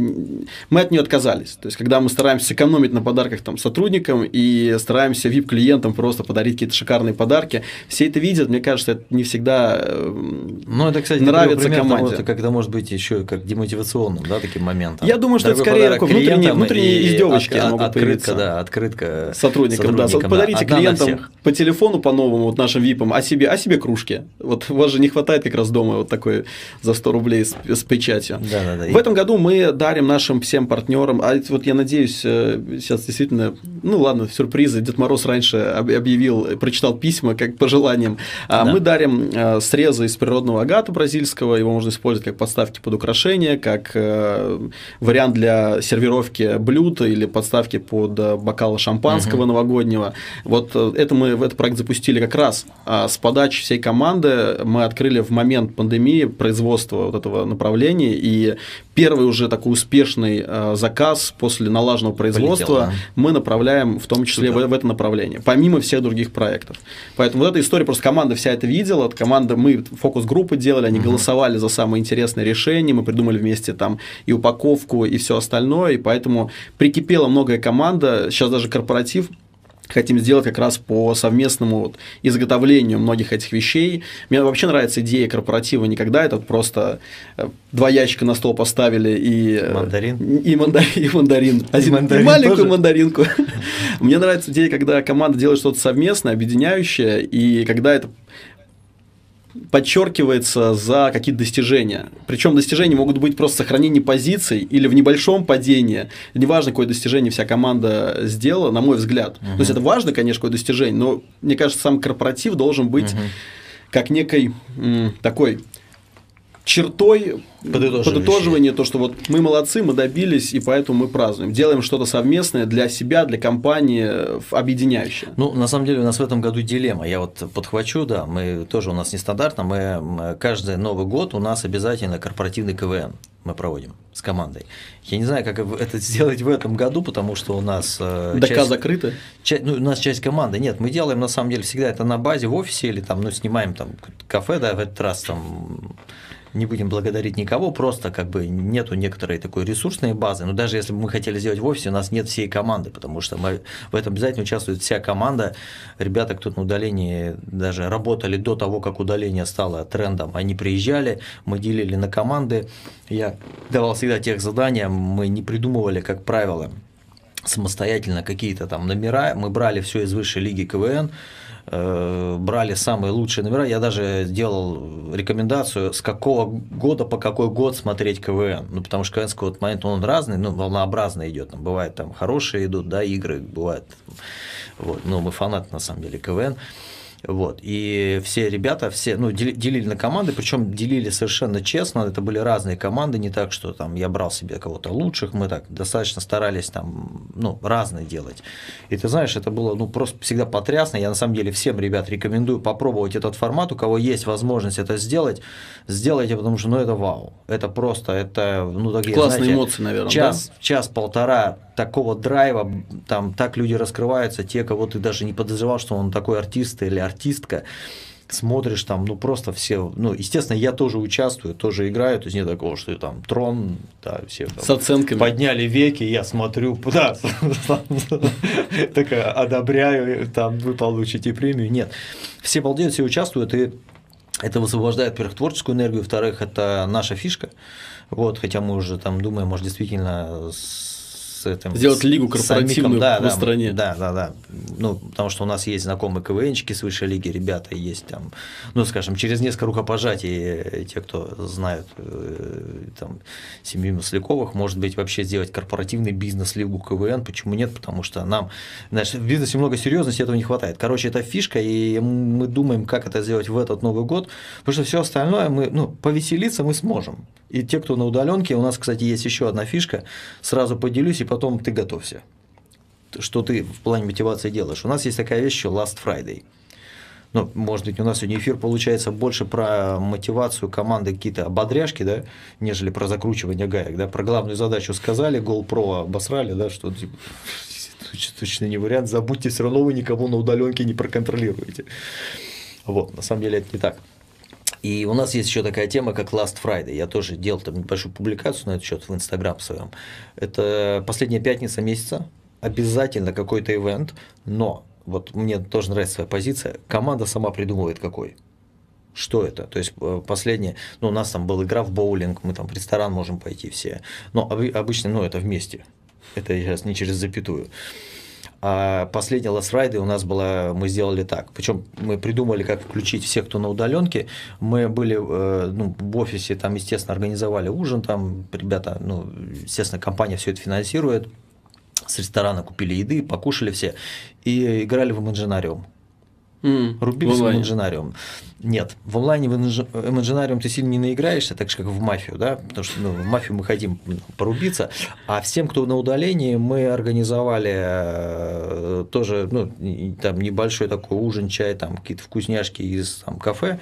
мы от нее отказались. То есть, когда мы стараемся сэкономить на подарках там сотрудникам и стараемся ви ай пи-клиентам просто подарить какие-то шикарные подарки, все это видят, мне кажется, это не всегда ну, это, кстати, нравится команде. Это как-то может быть еще как демотивационным, да, таким моментом. Я думаю, что это скорее такой внутренние, внутренние издевочки от, могут открытка, появиться. Да, открытка сотрудникам. Да. Подарите да. клиентам по телефону по-новому, вот нашим випам, а себе, а себе кружки. Вот у вас же не хватает как раз дома вот такой за сто рублей с, с печатью. Да, да, да. В этом году мы дарим нашим всем партнерам, а вот я надеюсь, сейчас действительно, ну ладно, сюрпризы, Дед Мороз раньше объявил, прочитал письма, как пожеланиям. Да. Мы дарим срезы из природного агата бразильского, его можно использовать как подставки под украшения, как вариант для сервировки блюд или подставки под бокалы шампанского угу. новогоднего. Вот это мы в этот проект запустили как раз а с подачи всей команды. Мы открыли в момент пандемии производство вот этого направления, и первый уже такой успешный а, заказ после налаженного производства Полетел, да. мы направляем в том числе в, в это направление, помимо всех других проектов. Поэтому вот эта история, просто команда вся это видела, команда, мы фокус-группы делали, они угу. голосовали за самые интересные решения, мы придумали вместе там и упаковку, и все остальное, и поэтому прикипела многое команда, сейчас даже корпоратив хотим сделать как раз по совместному вот изготовлению многих этих вещей. Мне вообще нравится идея корпоратива не когда это просто два ящика на стол поставили и мандарин, и, мандарин, и мандарин, один, и мандарин маленькую тоже? мандаринку. Мне нравится идея, когда команда делает что-то совместное, объединяющее, и когда это подчеркивается за какие-то достижения. Причем достижения могут быть просто сохранение позиций или в небольшом падении. Неважно, какое достижение вся команда сделала, на мой взгляд. Uh-huh. То есть это важно, конечно, какое достижение, но мне кажется, сам корпоратив должен быть uh-huh. как некой м, такой чертой подытоживания, то, что вот мы молодцы, мы добились, и поэтому мы празднуем. Делаем что-то совместное для себя, для компании, объединяющее. Ну, на самом деле, у нас в этом году дилемма. Я вот подхвачу, да, мы тоже у нас нестандартно, мы каждый Новый год у нас обязательно корпоративный ка вэ эн мы проводим с командой. Я не знаю, как это сделать в этом году, потому что у нас… ДК закрыты? Часть, ну, у нас часть команды. Нет, мы делаем, на самом деле, всегда это на базе, в офисе, или там, ну, снимаем там кафе, да, в этот раз там… Не будем благодарить никого, просто как бы нету некоторой такой ресурсной базы. Но даже если бы мы хотели сделать в офисе, у нас нет всей команды, потому что мы, в этом обязательно участвует вся команда. Ребята, кто на удалении даже работали до того, как удаление стало трендом, они приезжали, мы делили на команды. Я давал всегда тех задания, мы не придумывали, как правило, самостоятельно какие-то там номера, мы брали все из высшей лиги КВН, э, брали самые лучшие номера, я даже делал рекомендацию, с какого года по какой год смотреть КВН, ну, потому что КВНский вот момент, он разный, ну, волнообразно идет, там, бывает там хорошие идут, да, игры, бывает, вот, ну, мы фанаты, на самом деле, КВН. Вот. И все ребята, все, ну, делили на команды, причем делили совершенно честно, это были разные команды, не так, что там я брал себе кого-то лучших, мы так достаточно старались там, ну, разные делать. И ты знаешь, это было, ну, просто всегда потрясно, я на самом деле всем, ребят, рекомендую попробовать этот формат, у кого есть возможность это сделать, сделайте, потому что, ну, это вау, это просто, это, ну, такие, классные, знаете, эмоции, наверное, час, да? час-полтора такого драйва, там так люди раскрываются, те, кого ты даже не подозревал, что он такой артист или артистка, смотришь там, ну просто все, ну, естественно, я тоже участвую, тоже играю, то есть нет такого, что там трон, да, все там, с оценками подняли веки, я смотрю, да, такая, одобряю, там вы получите премию, нет, все балдеют, все участвуют, и это высвобождает, во-первых, творческую энергию, во-вторых, это наша фишка, вот, хотя мы уже там думаем, может, действительно этим, сделать лигу корпоративную да, в да, стране. Да, да, да. Ну, потому что у нас есть знакомые КВНчики с высшей лиги, ребята, есть там, ну, скажем, через несколько рукопожатий те, кто знают там семью Масляковых, может быть, вообще сделать корпоративный бизнес-лигу КВН. Почему нет? Потому что нам, знаешь, в бизнесе много серьезности, этого не хватает. Короче, это фишка, и мы думаем, как это сделать в этот Новый год, потому что все остальное мы, ну, повеселиться мы сможем. И те, кто на удаленке, у нас, кстати, есть еще одна фишка, сразу поделюсь, и потом ты готовься, что ты в плане мотивации делаешь. У нас есть такая вещь еще Last Friday. Ну, может быть, у нас сегодня эфир получается больше про мотивацию команды, какие-то ободряшки, да, нежели про закручивание гаек, да, про главную задачу сказали, GoPro обосрали, да, что типа, точно не вариант, забудьте, все равно вы никого на удаленке не проконтролируете. Вот, на самом деле это не так. И у нас есть еще такая тема, как Last Friday. Я тоже делал там небольшую публикацию на этот счет в Инстаграм своем. Это последняя пятница месяца, обязательно какой-то ивент, но вот мне тоже нравится своя позиция, команда сама придумывает какой. Что это? То есть последнее, ну, у нас там была игра в боулинг, мы там в ресторан можем пойти все, но обычно, ну, это вместе, это сейчас не через запятую. А последняя Last Friday у нас была, мы сделали так, причем мы придумали, как включить всех, кто на удаленке, мы были ну, в офисе, там, естественно, организовали ужин, там ребята, ну, естественно, компания все это финансирует, с ресторана купили еды, покушали все и играли в Imaginarium. Mm, Рубились в, в Imaginarium. Нет, в онлайне в Imaginarium ты сильно не наиграешься, так же, как в мафию, да, потому что ну, в мафию мы хотим порубиться, а всем, кто на удалении, мы организовали тоже, ну, там небольшой такой ужин, чай, там какие-то вкусняшки из там, кафе,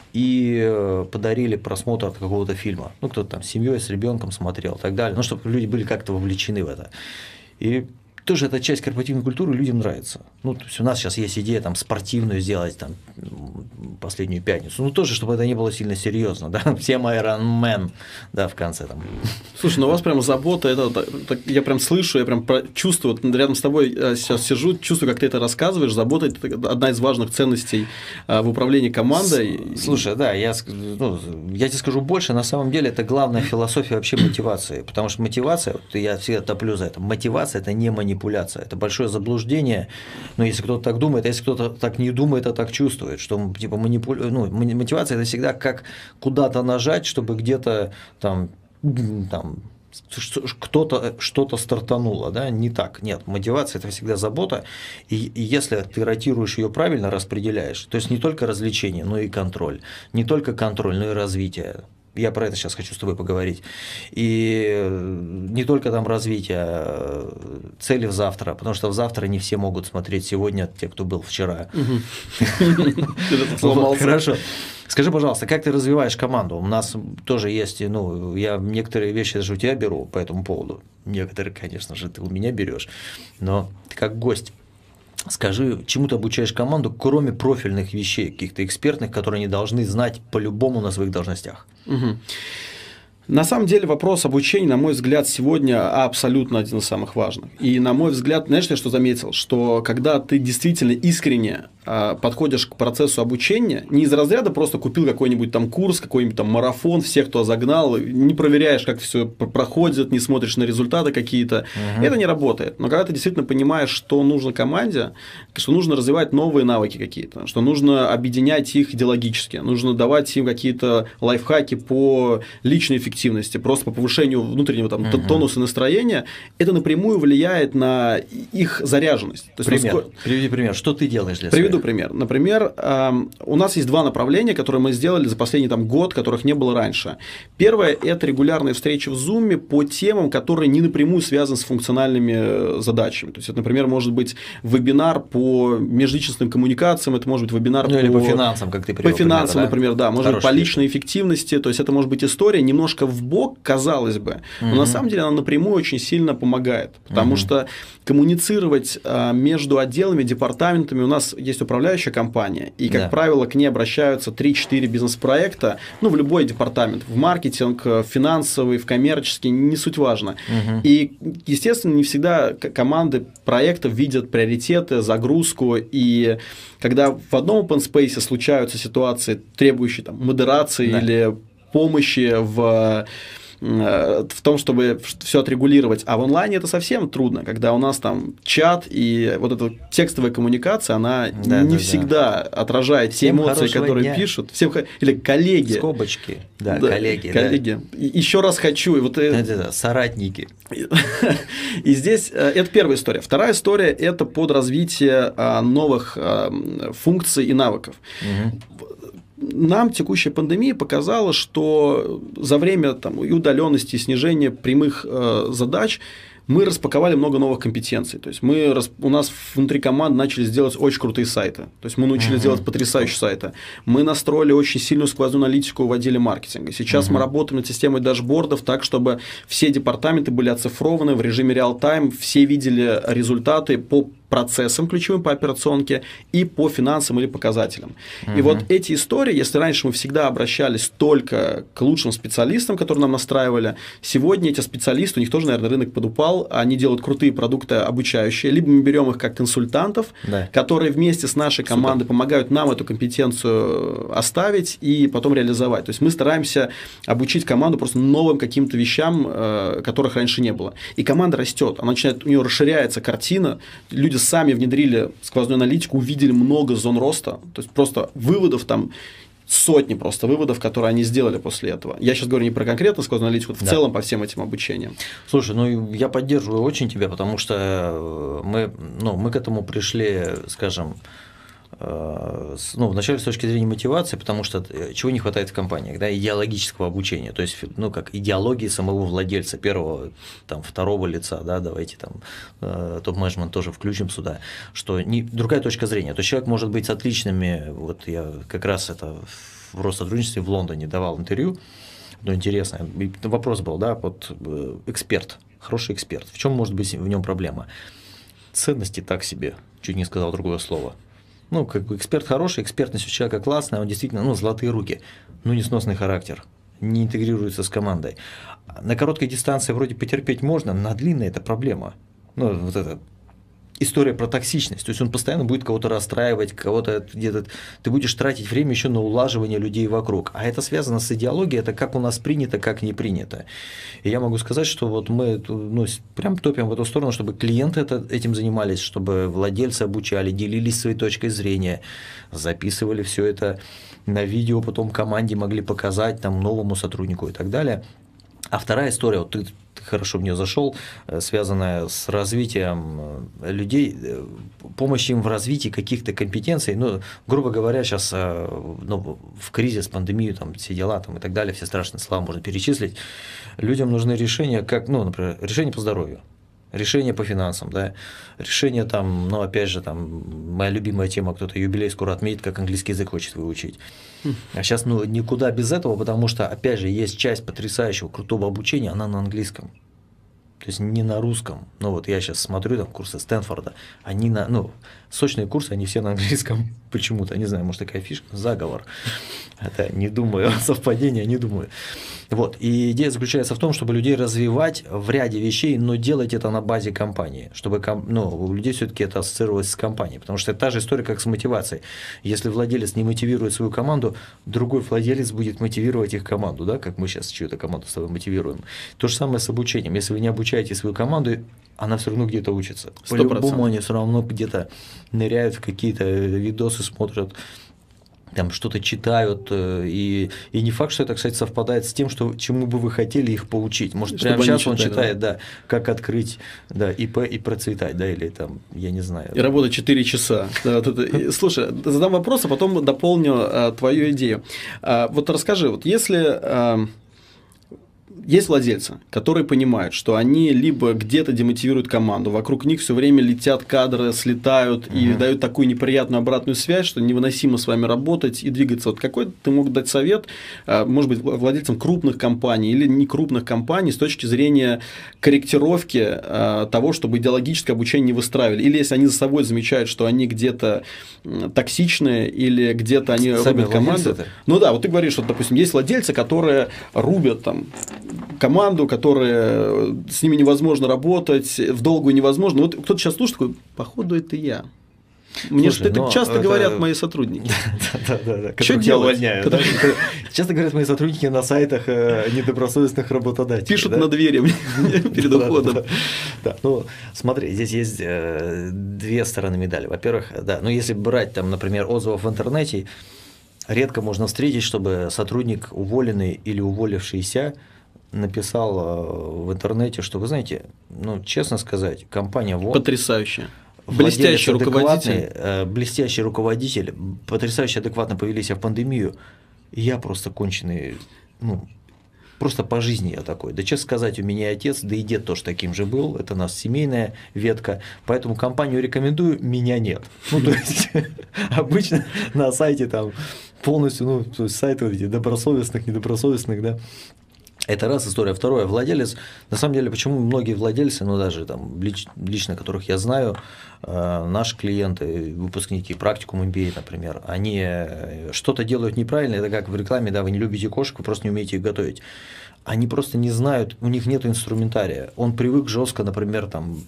и подарили просмотр от какого-то фильма. Ну, кто-то там с семьей, с ребенком смотрел и так далее, ну, чтобы люди были как-то вовлечены в это. И тоже эта часть корпоративной культуры людям нравится. Ну, то есть у нас сейчас есть идея там спортивную сделать там последнюю пятницу. Ну, тоже, чтобы это не было сильно серьезно, да. Всем Iron Man, да, в конце там. Слушай, ну у вас прям забота, это так, я прям слышу, я прям чувствую, вот рядом с тобой сейчас сижу, чувствую, как ты это рассказываешь, забота – это одна из важных ценностей в управлении командой. Слушай, да, я, ну, я тебе скажу больше, на самом деле это главная философия вообще мотивации, потому что мотивация, вот я всегда топлю за это, мотивация – это не манипуляция, это большое заблуждение, но если кто-то так думает, а если кто-то так не думает, а так чувствует, что типа манипуля... ну, мотивация – это всегда как куда-то нажать, чтобы где-то там, там кто-то что-то стартануло, да, не так, нет, мотивация – это всегда забота, и, и если ты ротируешь ее правильно, распределяешь, то есть не только развлечение, но и контроль, не только контроль, но и развитие. Я про это сейчас хочу с тобой поговорить. И не только там развитие, цели в завтра, потому что в завтра не все могут смотреть сегодня, те, кто был вчера. Хорошо. Скажи, пожалуйста, как ты развиваешь команду? У нас тоже есть, ну, я некоторые вещи даже у тебя беру по этому поводу. Некоторые, конечно же, ты у меня берешь, но ты как гость. Скажи, чему ты обучаешь команду, кроме профильных вещей, каких-то экспертных, которые они должны знать по-любому на своих должностях? Угу. На самом деле вопрос обучения, на мой взгляд, сегодня абсолютно один из самых важных. И на мой взгляд, знаешь, я что заметил, что когда ты действительно искренне а, подходишь к процессу обучения не из разряда просто купил какой-нибудь там курс, какой-нибудь там марафон, всех, кто загнал, не проверяешь, как все проходит, не смотришь на результаты какие-то. Угу. Это не работает. Но когда ты действительно понимаешь, что нужно команде, что нужно развивать новые навыки какие-то, что нужно объединять их идеологически, нужно давать им какие-то лайфхаки по личной эффективности, просто по повышению внутреннего там, угу. тонуса настроения, это напрямую влияет на их заряженность. То есть, пример. Насколько... Приведи пример. Что ты делаешь для Приведу своих? пример. Например, у нас есть два направления, которые мы сделали за последний там, год, которых не было раньше. Первое – это регулярные встречи в Zoom по темам, которые не напрямую связаны с функциональными задачами. То есть, это, например, может быть вебинар по межличностным коммуникациям, это может быть вебинар ну, по... или по финансам, как ты привел. По финансам, пример, да? например, да. Может быть, по личной эффективности. То есть, это может быть история немножко вбок, казалось бы, но угу. на самом деле она напрямую очень сильно помогает, потому угу. что коммуницировать а, между отделами, департаментами, у нас есть управляющая компания, и, как да. правило, к ней обращаются три-четыре бизнес-проекта, ну, в любой департамент, в маркетинг, в финансовый, в коммерческий, не суть важно. Угу. И, естественно, не всегда команды проектов видят приоритеты, загрузку, и когда в одном open space случаются ситуации, требующие там, модерации да. или помощи в... в том, чтобы все отрегулировать. А в онлайне это совсем трудно, когда у нас там чат и вот эта текстовая коммуникация, она да, не да, всегда да. отражает Всем те эмоции, которые дня. Пишут. Всем, или коллеги. Скобочки. Да, да коллеги. коллеги. Да. Еще раз хочу. Вот да, да, да, соратники. И здесь это первая история. Вторая история – это под развитие новых функций и навыков. Угу. Нам текущая пандемия показала, что за время там, и удаленности, и снижения прямых э, задач мы распаковали много новых компетенций. То есть, мы, у нас внутри команд начали делать очень крутые сайты. То есть, мы научились uh-huh. делать потрясающие сайты. Мы настроили очень сильную сквозную аналитику в отделе маркетинга. Сейчас uh-huh. мы работаем над системой дашбордов так, чтобы все департаменты были оцифрованы в режиме реал-тайм, все видели результаты по процессам ключевым по операционке и по финансам или показателям. Uh-huh. И вот эти истории, если раньше мы всегда обращались только к лучшим специалистам, которые нам настраивали, сегодня эти специалисты, у них тоже, наверное, рынок подупал, они делают крутые продукты обучающие, либо мы берем их как консультантов, да. которые вместе с нашей командой Супер. Помогают нам эту компетенцию оставить и потом реализовать. То есть, мы стараемся обучить команду просто новым каким-то вещам, которых раньше не было. И команда растет, она начинает, у нее расширяется картина, люди сами внедрили сквозную аналитику, увидели много зон роста, то есть просто выводов там сотни просто выводов, которые они сделали после этого. Я сейчас говорю не про конкретно сквозную аналитику, в да. целом по всем этим обучениям. Слушай, ну я поддерживаю очень тебя, потому что мы, ну, мы к этому пришли, скажем, ну, вначале с точки зрения мотивации, потому что чего не хватает в компаниях, да, идеологического обучения, то есть, ну, как идеологии самого владельца, первого, там, второго лица, да, давайте там топ-менеджмент тоже включим сюда, что не, другая точка зрения, то есть, человек может быть с отличными, вот я как раз это в Россотрудничестве в Лондоне давал интервью, но интересно, вопрос был, да, вот эксперт, хороший эксперт, в чем может быть в нем проблема? Ценности так себе, чуть не сказал другое слово. Ну, как бы эксперт хороший, экспертность у человека классная, он действительно, ну, золотые руки, ну, несносный характер, не интегрируется с командой. На короткой дистанции вроде потерпеть можно, на длинной это проблема. Ну, вот это история про токсичность, то есть он постоянно будет кого-то расстраивать, кого-то где-то, ты будешь тратить время еще на улаживание людей вокруг, а это связано с идеологией, это как у нас принято, как не принято. И я могу сказать, что вот мы, ну, прям топим в эту сторону, чтобы клиенты это, этим занимались, чтобы владельцы обучали, делились своей точкой зрения, записывали все это на видео, потом команде могли показать там новому сотруднику и так далее. А вторая история, вот ты хорошо в нее зашел, связанная с развитием людей, помощь им в развитии каких-то компетенций. Ну, грубо говоря, сейчас ну, в кризис, пандемию, там, все дела там, и так далее, все страшные слова можно перечислить. Людям нужны решения, как, ну, например, решения по здоровью. Решение по финансам, да, решение там, ну, опять же, там, моя любимая тема, кто-то юбилей скоро отметит, как английский язык хочет выучить. А сейчас, ну, никуда без этого, потому что, опять же, есть часть потрясающего, крутого обучения, она на английском. То есть не на русском. Ну, вот я сейчас смотрю там курсы Стэнфорда, они на, ну, сочные курсы, они все на английском почему-то, не знаю, может, такая фишка, заговор. Это не думаю, совпадение, не думаю. Вот. И идея заключается в том, чтобы людей развивать в ряде вещей, но делать это на базе компании, чтобы ну, у людей все-таки это ассоциировалось с компанией. Потому что это та же история, как с мотивацией. Если владелец не мотивирует свою команду, другой владелец будет мотивировать их команду, да, как мы сейчас чью-то команду с тобой мотивируем. То же самое с обучением. Если вы не обучаете свою команду, она все равно где-то учится. По-любому они все равно где-то ныряют в какие-то видосы, смотрят, там что-то читают, и, и не факт, что это, кстати, совпадает с тем, что, чему бы вы хотели их поучить. Может, чтобы прямо сейчас читали, он читает, да. да, как открыть да, ИП и процветать, да, или там, я не знаю. И работать четыре часа. Слушай, задам вопрос, а потом дополню твою идею. Вот расскажи, вот если... Есть владельцы, которые понимают, что они либо где-то демотивируют команду, вокруг них все время летят кадры, слетают uh-huh. и дают такую неприятную обратную связь, что невыносимо с вами работать и двигаться. Вот какой ты мог дать совет, может быть, владельцам крупных компаний или не крупных компаний с точки зрения корректировки того, чтобы идеологическое обучение не выстраивали? Или если они за собой замечают, что они где-то токсичные или где-то они Сами рубят команду. Это? Ну да, вот ты говоришь, что, допустим, есть владельцы, которые рубят там команду, которая с ними невозможно работать, в долгую невозможно. Вот кто-то сейчас слушает, такой, походу, это я. Мне же это часто это... говорят мои сотрудники. Да, да, да. Что делать? Часто говорят мои сотрудники на сайтах недобросовестных работодателей. Пишут на двери перед уходом. Да, ну смотри, здесь есть две стороны медали. Во-первых, да, ну если брать там, например, отзывов в интернете, редко можно встретить, чтобы сотрудник, уволенный или уволившийся, написал в интернете, что, вы знаете, ну, честно сказать, компания ВОН… Потрясающая. Блестящий руководитель. Блестящий руководитель, потрясающе адекватно повели себя в пандемию. Я просто конченый, ну, просто по жизни я такой. Да, честно сказать, у меня отец, да и дед тоже таким же был, это у нас семейная ветка, поэтому компанию рекомендую, меня нет. Ну, то есть, обычно на сайте там полностью, ну, то есть сайты эти добросовестных, недобросовестных, да. Это раз история. Второе, владелец, на самом деле, почему многие владельцы, ну даже там лично которых я знаю, наши клиенты, выпускники практикум эм би эй, например, они что-то делают неправильно, это как в рекламе, да, вы не любите кошек, вы просто не умеете их готовить. Они просто не знают, у них нет инструментария. Он привык жестко, например, там,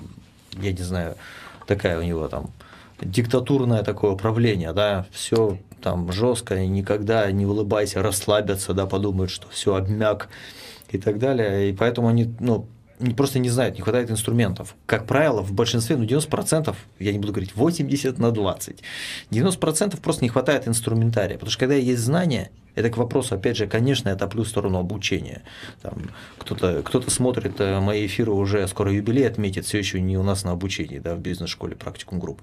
я не знаю, такая у него там диктатурное такое управление, да, все там жестко, никогда не улыбайся, расслабятся, да, подумают, что все обмяк и так далее. И поэтому они, ну, просто не знают, не хватает инструментов. Как правило, в большинстве, ну, девяносто процентов, я не буду говорить восемьдесят на двадцать, девяносто процентов просто не хватает инструментария. Потому что когда есть знания, это к вопросу, опять же, конечно, это плюс в сторону обучения. Там кто-то, кто-то смотрит мои эфиры, уже скоро юбилей отметит, все еще не у нас на обучении, да, в бизнес-школе практикум групп.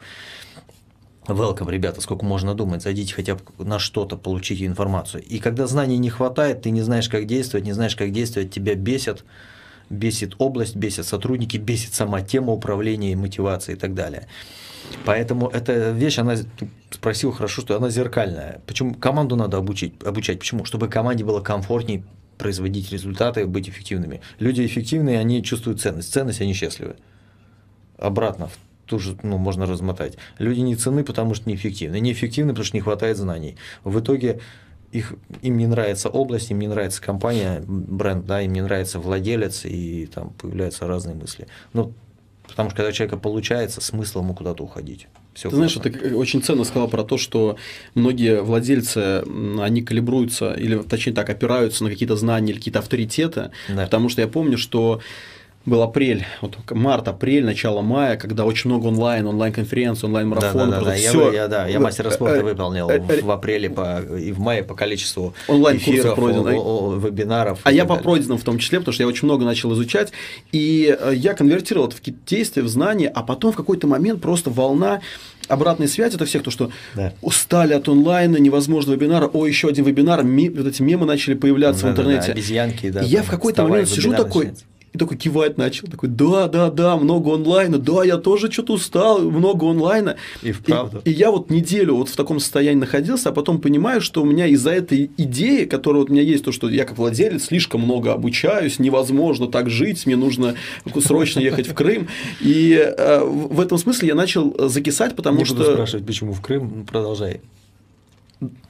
Welcome, ребята, сколько можно думать, зайдите хотя бы на что-то, получите информацию. И когда знаний не хватает, ты не знаешь, как действовать, не знаешь, как действовать, тебя бесит, бесит область, бесит сотрудники, бесит сама тема управления, мотивации и так далее. Поэтому эта вещь, она, ты спросил хорошо, что она зеркальная. Почему команду надо обучить, обучать? Почему? Чтобы команде было комфортнее производить результаты, быть эффективными. Люди эффективные, они чувствуют ценность. Ценность, они счастливы. Обратно тоже, ну, можно размотать. Люди не ценны, потому что неэффективны. Неэффективны, потому что не хватает знаний. В итоге их, им не нравится область, им не нравится компания, бренд, да, им не нравится владелец, и там появляются разные мысли. Ну, потому что когда у человека получается, смысл ему куда-то уходить. Все ты знаешь, ты очень ценно сказал про то, что многие владельцы, они калибруются, или точнее так, опираются на какие-то знания или какие-то авторитеты, да. Потому что я помню, что был апрель, вот март, апрель, начало мая, когда очень много онлайн, онлайн-конференций, онлайн-марафонов. Да, да, да, всё... я, да, я мастера спорта выполнил в апреле по, и в мае по количеству онлайн-курсов, вебинаров. А я по пройденным в том числе, потому что я очень много начал изучать, и я конвертировал это в какие-то действия, в знания, а потом в какой-то момент просто волна обратной связи от всех, то, что да. устали от онлайна, невозможно вебинара, о, еще один вебинар, ми, вот эти мемы начали появляться да, в интернете. Да, да, обезьянки, да. И я в какой-то момент сижу такой… Начинается. И такой кивать начал, такой, да, да, да, много онлайна, да, я тоже что-то устал, много онлайна. И вправду. И, и я вот неделю вот в таком состоянии находился, а потом понимаю, что у меня из-за этой идеи, которая вот у меня есть, то, что я как владелец слишком много обучаюсь, невозможно так жить, мне нужно срочно ехать в Крым. И э, в этом смысле я начал закисать, потому Не что… буду спрашивать, почему в Крым, продолжай.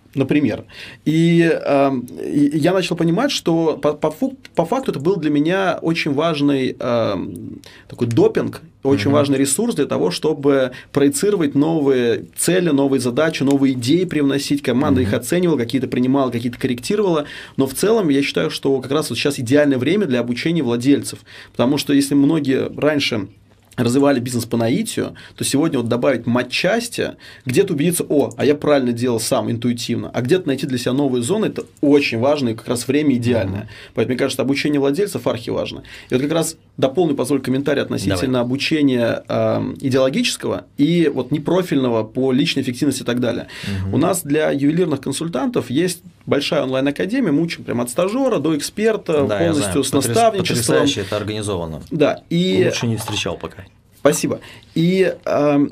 Например. И э, я начал понимать, что по, по, по факту это был для меня очень важный э, такой допинг, очень mm-hmm. важный ресурс для того, чтобы проецировать новые цели, новые задачи, новые идеи привносить. Команда mm-hmm. их оценивала, какие-то принимала, какие-то корректировала. Но в целом я считаю, что как раз вот сейчас идеальное время для обучения владельцев. Потому что если многие раньше развивали бизнес по наитию, то сегодня вот добавить матчасти, где-то убедиться, о, а я правильно делал сам, интуитивно, а где-то найти для себя новые зоны, это очень важно и как раз время идеальное. Mm-hmm. Поэтому, мне кажется, обучение владельцев архиважно. И вот как раз дополню, позволь, комментарий относительно Давай. обучения э, идеологического и вот непрофильного по личной эффективности и так далее. Mm-hmm. У нас для ювелирных консультантов есть большая онлайн-академия, мы учим прям от стажера до эксперта, да, полностью с наставничеством. Потрясающе это организовано. Да, и... Лучше не встречал пока. Спасибо. И э,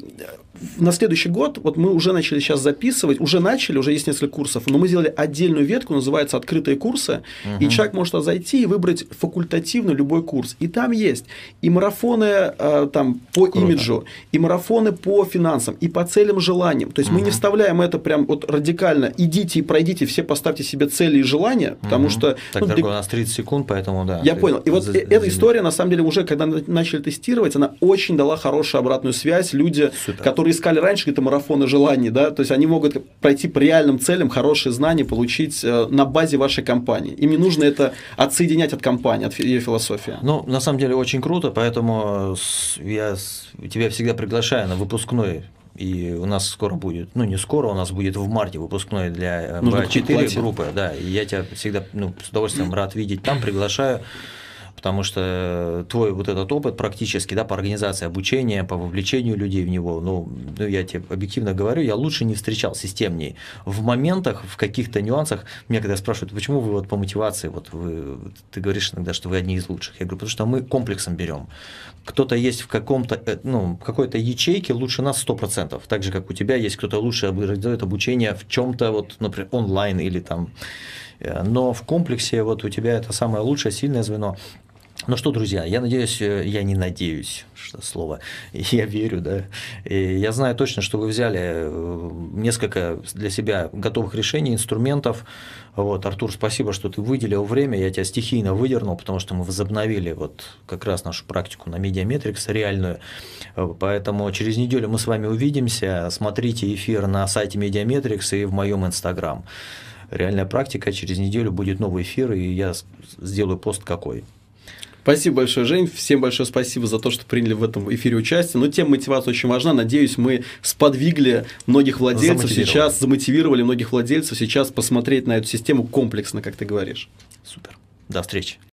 на следующий год, вот мы уже начали сейчас записывать, уже начали, уже есть несколько курсов, но мы сделали отдельную ветку, называется «Открытые курсы», угу. и человек может зайти и выбрать факультативно любой курс. И там есть и марафоны э, там, по Круто. имиджу, и марафоны по финансам, и по целям, желаниям. То есть, угу. мы не вставляем это прям вот радикально, идите и пройдите, все поставьте себе цели и желания, потому угу. что… Так, ну, дорогой, для... у нас тридцать секунд, поэтому да. Я понял. И вот за... эта история, на самом деле, уже когда начали тестировать, она очень дала хорошую обратную связь. Люди, Супер. которые искали раньше какие-то марафоны желаний, да, то есть они могут пройти по реальным целям, хорошие знания получить на базе вашей компании. Им не нужно это отсоединять от компании, от ее философии. Ну, на самом деле, очень круто, поэтому я тебя всегда приглашаю на выпускной. И у нас скоро будет, ну не скоро, у нас будет в марте выпускной для бэ четыре группы, да, и я тебя всегда ну, с удовольствием рад видеть там, приглашаю, потому что твой вот этот опыт практически, да, по организации обучения, по вовлечению людей в него, ну, ну я тебе объективно говорю, я лучше не встречал системней. В моментах, в каких-то нюансах, меня когда спрашивают, почему вы вот по мотивации, вот вы, ты говоришь иногда, что вы одни из лучших, я говорю, потому что мы комплексом берем. Кто-то есть в каком-то, ну, какой-то ячейке лучше нас сто процентов, так же, как у тебя есть кто-то лучше организует обучение в чем-то, вот, например, онлайн или там, но в комплексе вот у тебя это самое лучшее, сильное звено. Ну что, друзья, я надеюсь, я не надеюсь, что слово, я верю, да, и я знаю точно, что вы взяли несколько для себя готовых решений, инструментов. Вот, Артур, спасибо, что ты выделил время, я тебя стихийно выдернул, потому что мы возобновили вот как раз нашу практику на Медиаметрикс реальную, поэтому через неделю мы с вами увидимся, смотрите эфир на сайте Медиаметрикс и в моем Инстаграм. Реальная практика, через неделю будет новый эфир, и я сделаю пост какой. Спасибо большое, Жень. Всем большое спасибо за то, что приняли в этом эфире участие. Но тема мотивации очень важна. Надеюсь, мы сподвигли многих владельцев сейчас, замотивировали многих владельцев сейчас посмотреть на эту систему комплексно, как ты говоришь. Супер. До встречи.